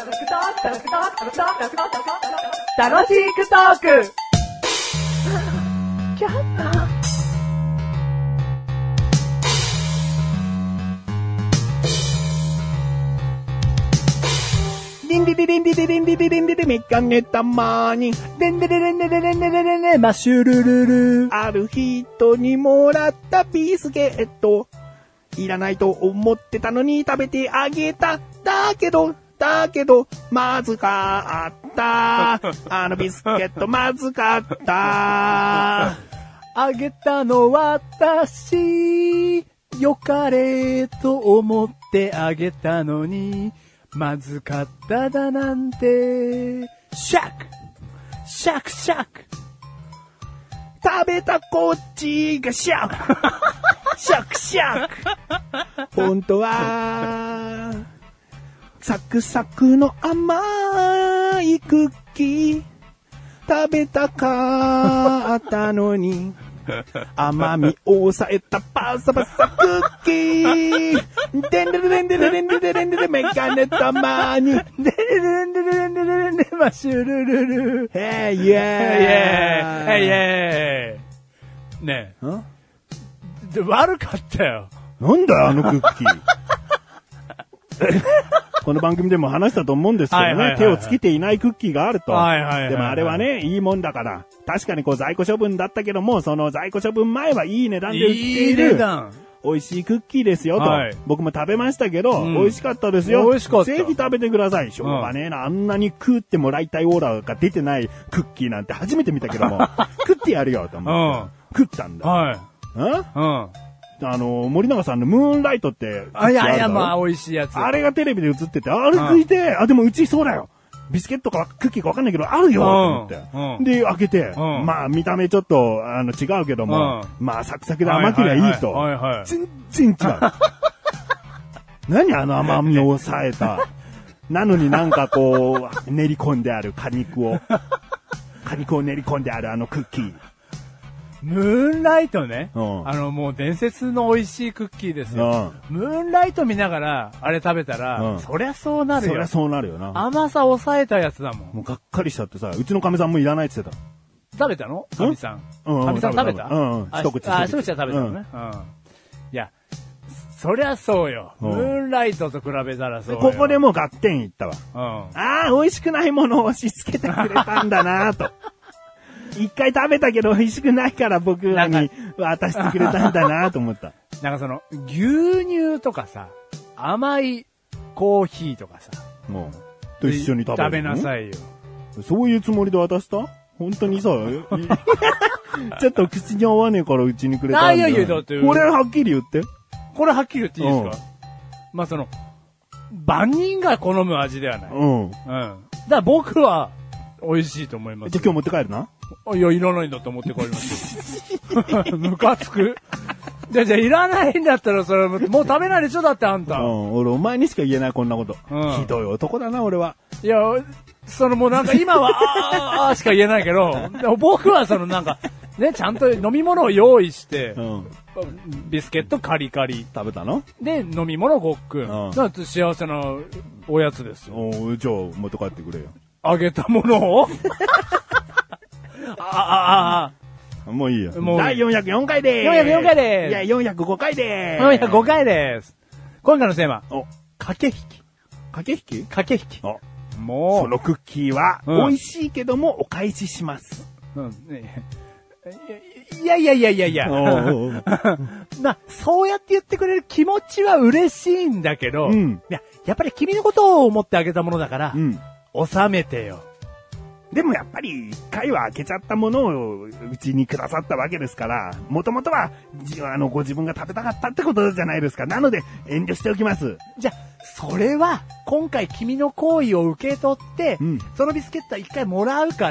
楽しくトークリンディリリンディリリンディリリンディリメガネたまにレンデレレンデレレンデレレレマッシュルルルある人にもらったビスケットいらないと思ってたのに食べてあげた。だけどまずかったあのビスケットまずかったあげたの私よかれと思ってあげたのにまずかっただなんてシャックシャックシャック食べたこっちがシャックシャックシャック本当はサクサクの甘いクッキー食べたかったのに甘みを抑えたパサパサクッキーデンデレデンデレデンデレデンデレメガネたまにデレデンデレデンデレデンデレマッシュルルルヘイイェーイヘイイェーイねえ悪かったよなんだよあのクッキーこの番組でも話したと思うんですけどね、手をつけていないクッキーがあると。でもあれはね、いいもんだから。確かにこう在庫処分だったけども、その在庫処分前はいい値段で売っている。美味しいクッキーですよと。僕も食べましたけど、美味しかったですよ。 美味しかった。 ぜひ食べてください。しょうがねえな。あんなに食ってもらいたいオーラが出てないクッキーなんて初めて見たけども、食ってやるよと思って。食ったんだ。森永さんのムーンライトって。 いや、まあ、美味しいやつ。 あれがテレビで映ってて、あれ食いて、でもうちそうだよ。ビスケットかクッキーかわかんないけど、あるよと思って。で、開けて、まあ、見た目ちょっと、違うけども、まあ、サクサクで甘けりゃいいと。全然違う。何あの甘みを抑えた。なのになんかこう、練り込んである果肉を練り込んであるあのクッキー。 ムーンライトね。もう伝説の美味しいクッキーですよ。ムーンライト見ながら、あれ食べたら、そりゃそうなるよ。 そりゃそうなるよな。 甘さ抑えたやつだもん。 もうがっかりしちゃってさ、うちのかみさんもいらないって言ってた。 食べたのかみさん。かみさん食べた一口は食べたのね。いや、そりゃそうよ。ムーンライトと比べたらそうよ。 ここでもう合点いったわ。美味しくないものを押し付けてくれたんだなと。一回食べたけど美味しくないから僕らに渡してくれたんだなと思った。 なんかその、牛乳とかさ、甘いコーヒーとかさ。 と一緒に食べなさいよ。 そういうつもりで渡した本当にさ、ちょっと口に合わねえからうちにくれたんだよ。 いや、だって。 これはっきり言って。 これはっきり言っていいですかまあその、万人が好む味ではない。だから僕は美味しいと思います。 じゃあ今日持って帰るな。 いや、いらないんだと思って帰りますよ。ムカつく。じゃあいらないんだったらそれもう食べないでしょだってあんた。 俺お前にしか言えないこんなこと。ひどい男だな俺は。 いや、もうなんか今はしか言えないけど、僕はなんか、ね、ちゃんと飲み物を用意して、ビスケットカリカリ。 食べたので、飲み物ごっくん。だって幸せなおやつですよ。 じゃあ持って帰ってくれよ。 あげたものをもういいよ。第404回でーす。404回でーす。 いや、405回でーす。405回でーす。今回のテーマ。駆け引き。 駆け引き駆け引き。 もう。そのクッキーは、美味しいけどもお返しします。 いや。そうやって言ってくれる気持ちは嬉しいんだけど、やっぱり君のことを思ってあげたものだから、収めてよ。 でもやっぱり一回は開けちゃったものをうちにくださったわけですから、もともとはご自分が食べたかったってことじゃないですか。なので遠慮しておきます。 じゃあ、それは今回君の行為を受け取って、そのビスケットは一回もらうから、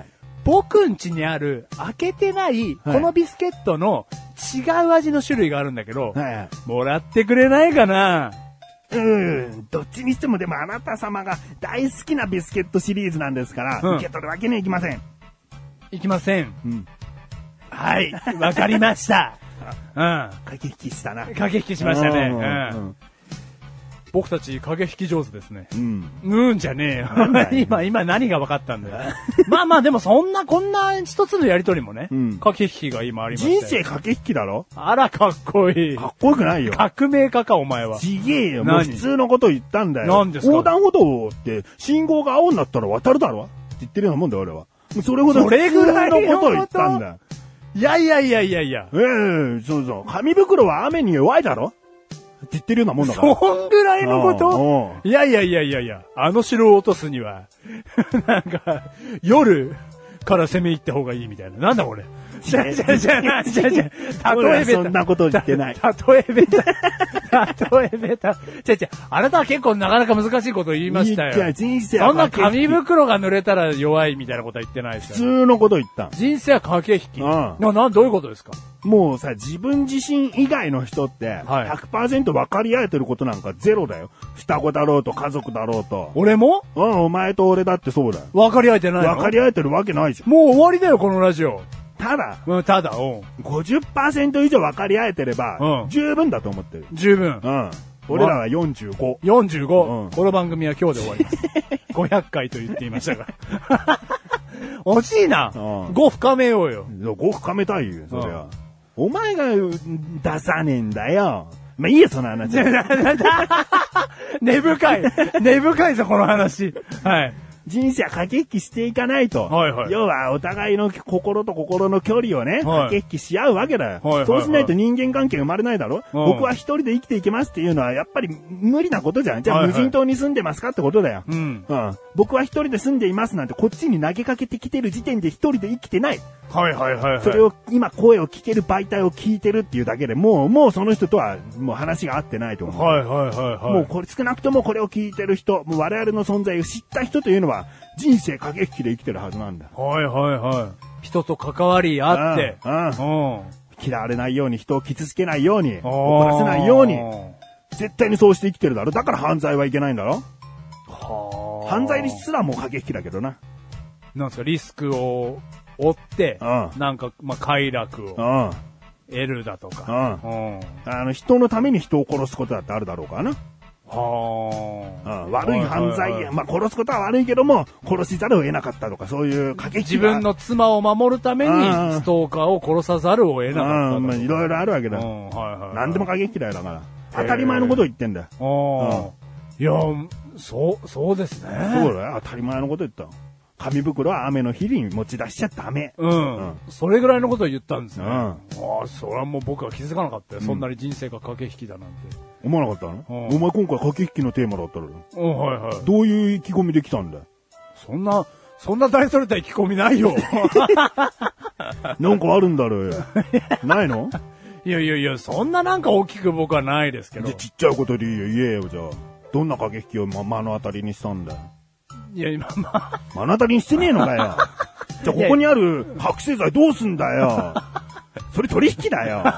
僕ん家にある開けてないこのビスケットの違う味の種類があるんだけど、もらってくれないかな？ どっちにしてもでもあなた様が大好きなビスケットシリーズなんですから、受け取るわけにはいきません。 いきません。はい、わかりました。 駆け引きしたな。 駆け引きしましたね。 僕たち駆け引き上手ですね。じゃねえよ。今何が分かったんだよ。まあでもこんな一つのやりとりもね、駆け引きが今ありましたよ。 人生駆け引きだろ？ あら、かっこいい。 かっこよくないよ。 革命家か、お前は。 ちげえよ。もう普通のこと言ったんだよ。 何ですか？ 横断歩道って信号が青になったら渡るだろって言ってるようなもんだよ、俺は。もうそれほど普通のことを言ったんだよ。 いや。 そう。紙袋は雨に弱いだろって言ってるようなもんだから。 そんぐらいのこと？いや。あの城を落とすには、なんか、夜から攻め入った方がいいみたいな。なんだこれ。例えべた。 そんなこと言ってない。 例えべた。あなたは結構なかなか難しいこと言いましたよ。 いや、人生はそんな紙袋が濡れたら弱いみたいなことは言ってないですよ。 普通のこと言った。 人生は駆け引き。どういうことですか？ もうさ、自分自身以外の人って、100% 分かり合えてることなんかゼロだよ。双子だろうと家族だろうと。 俺も？ お前と俺だってそうだよ。 分かり合えてないの？ 分かり合えてるわけないじゃん。 もう終わりだよ、このラジオ。 ただ、 50% 以上分かり合えてれば、十分だと思ってる。 十分。 俺らは45。 45。この番組は今日で終わります。500回と言っていましたが。惜しいな。5深めようよ。 5深めたいよ、それは。お前が出さねえんだよ。まあ、いいよ、その話。 根深いぞ、この話。はい。 人生は駆け引きしていかないと。要は、お互いの心と心の距離をね、駆け引きし合うわけだよ。そうしないと人間関係生まれないだろ？僕は一人で生きていけますっていうのは、やっぱり無理なことじゃん。じゃあ、無人島に住んでますかってことだよ。僕は一人で住んでいますなんて、こっちに投げかけてきてる時点で一人で生きてない。それを、今声を聞ける媒体を聞いてるっていうだけでもうその人とは、もう話が合ってないと思う。もうこれ、少なくともこれを聞いてる人、もう我々の存在を知った人というのは、人生駆け引きで生きてるはずなんだ。 人と関わりあって、 嫌われないように、人を傷つけないように、怒らせないように、絶対にそうして生きてるだろ。だから犯罪はいけないんだろ。犯罪すらも駆け引きだけどな。 なんですか、リスクを負って、なんか、快楽を得るだとか。 人のために人を殺すことだってあるだろうからな。悪い犯罪、殺すことは悪いけども、殺しざるを得なかったとか、そういう駆け引き。 自分の妻を守るために、ストーカーを殺さざるを得なかった。 いろいろあるわけだ。何でも駆け引きだよ、だから。当たり前のことを言ってんだよ。 いや、そうですね。 そうだよ、当たり前のこと言った。紙袋は雨の日に持ち出しちゃダメ。 それぐらいのことを言ったんですね。それはもう僕は気づかなかったよ。そんなに人生が駆け引きだなんて。 思わなかったの？お前今回駆け引きのテーマだったら。どういう意気込みで来たんだよ。 そんな大それた意気込みないよ。 なんかあるんだろうよ。ないの？ いや、そんななんか大きく僕はないですけど。 ちっちゃいことでいいよ、言えよ、じゃあ。どんな駆け引きを目の当たりにしたんだよ。 いや、今目の当たりにしてねえのかよ。じゃあここにある覚醒剤どうすんだよ。それ取引だよ。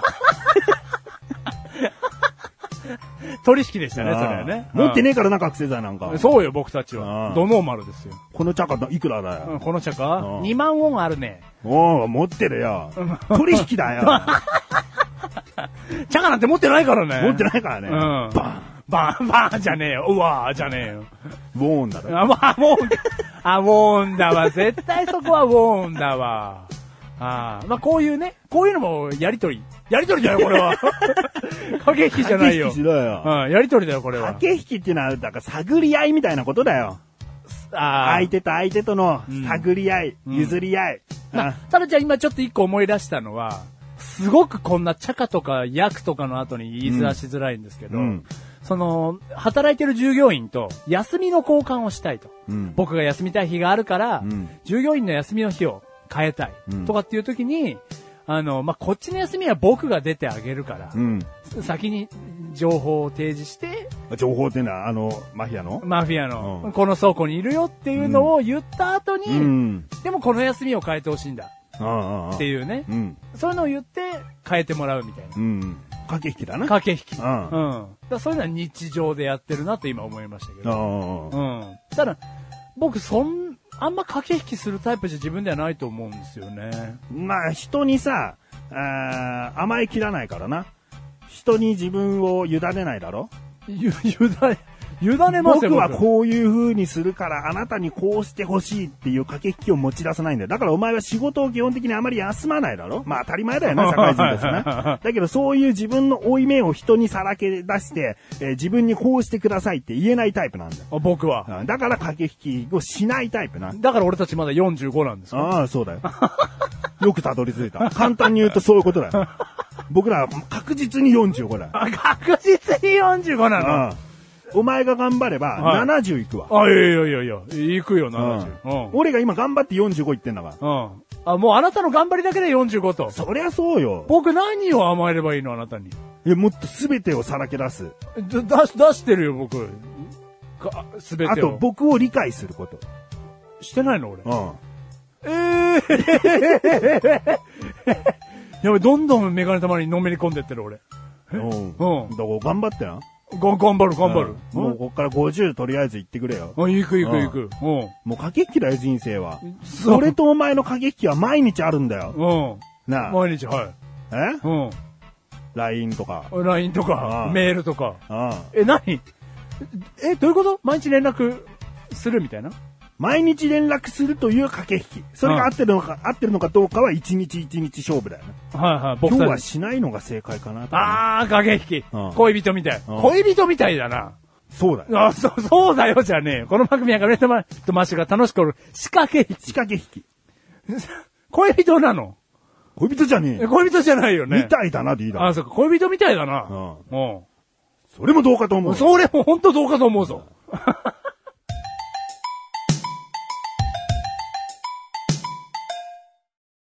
取引でしたね、それはね。 持ってねえからな、覚醒剤なんか。 そうよ、僕たちは。ドノーマルですよ。 この茶いくらだよ。 この茶か ?2 万ウォンあるね。 持ってるよ。取引だよ。 茶なんて持ってないからね。 持ってないからね。 バンじゃねえよ。うわーじゃねえよ。 ウォーンだろ。 ウォーンだわ。絶対そこはウォーンだわ。こういうのもやりとりだよ、これは。駆け引きじゃないよ。 駆け引きしろよ。 やりとりだよ、これは。 駆け引きっていうのは、だから探り合いみたいなことだよ。相手との探り合い、譲り合い。 ただじゃあ今ちょっと一個思い出したのは、すごくこんなチャカとかヤクとかの後に言いづらしづらいんですけど、働いてる従業員と休みの交換をしたいと。僕が休みたい日があるから、従業員の休みの日を変えたい。とかっていう時に、こっちの休みは僕が出てあげるから、先に情報を提示して、 情報っていうのは、マフィアの、 この倉庫にいるよっていうのを言った後に、でもこの休みを変えてほしいんだ。っていうね。そういうのを言って変えてもらうみたいな。 駆け引きだな。 駆け引き。そういうのは日常でやってるなと今思いましたけど。ただ、僕あんま駆け引きするタイプじゃ自分ではないと思うんですよね。 人にさ、甘えきらないからな。人に自分を委ねないだろ。 委ねますよ。 僕はこういう風にするから、あなたにこうしてほしいっていう駆け引きを持ち出さないんだよ。だからお前は仕事を基本的にあまり休まないだろ。まあ当たり前だよな、社会人ですね。だけどそういう自分の負い目を人にさらけ出して、自分にこうしてくださいって言えないタイプなんだよ。 僕は。 だから駆け引きをしないタイプな。 だから俺たちまだ45なんですか。 ああ、そうだよ。よくたどり着いた。簡単に言うとそういうことだよ。僕らは確実に45だよ。 確実に45なの。 ああ、お前が頑張れば、70いくわ。 いや、いくよ、70。 俺が今頑張って45いってんだから。 もうあなたの頑張りだけで45と。 そりゃそうよ。 僕何を甘えればいいの、あなたに。 もっと全てをさらけ出す。 出してるよ、僕。全てを。 あと、僕を理解すること。 してないの、俺。やばい、どんどんメガネ玉にのめり込んでってる、俺。 だから頑張ってな。 頑張る。 もうこっから50とりあえず行ってくれよ。 行く。 もう駆け引きだよ、人生は。それとお前の駆け引きは毎日あるんだよ。なあ。 毎日、はい。 LINE とか。 LINE とか、メールとか。何？どういうこと？毎日連絡するみたいな？ 毎日連絡するという駆け引き。それが合ってるのかどうかは一日一日勝負だよね。今日はしないのが正解かな。 駆け引き。恋人みたい。恋人みたいだな。 そうだよ。 そうだよじゃねえ。この番組はガレットマッシュが楽しくおる仕掛け引き。恋人なの？ 恋人じゃねえ。 恋人じゃないよね。 みたいだなでいいだろ。 そうか。恋人みたいだな。 それもどうかと思う。 それも本当どうかと思うぞ。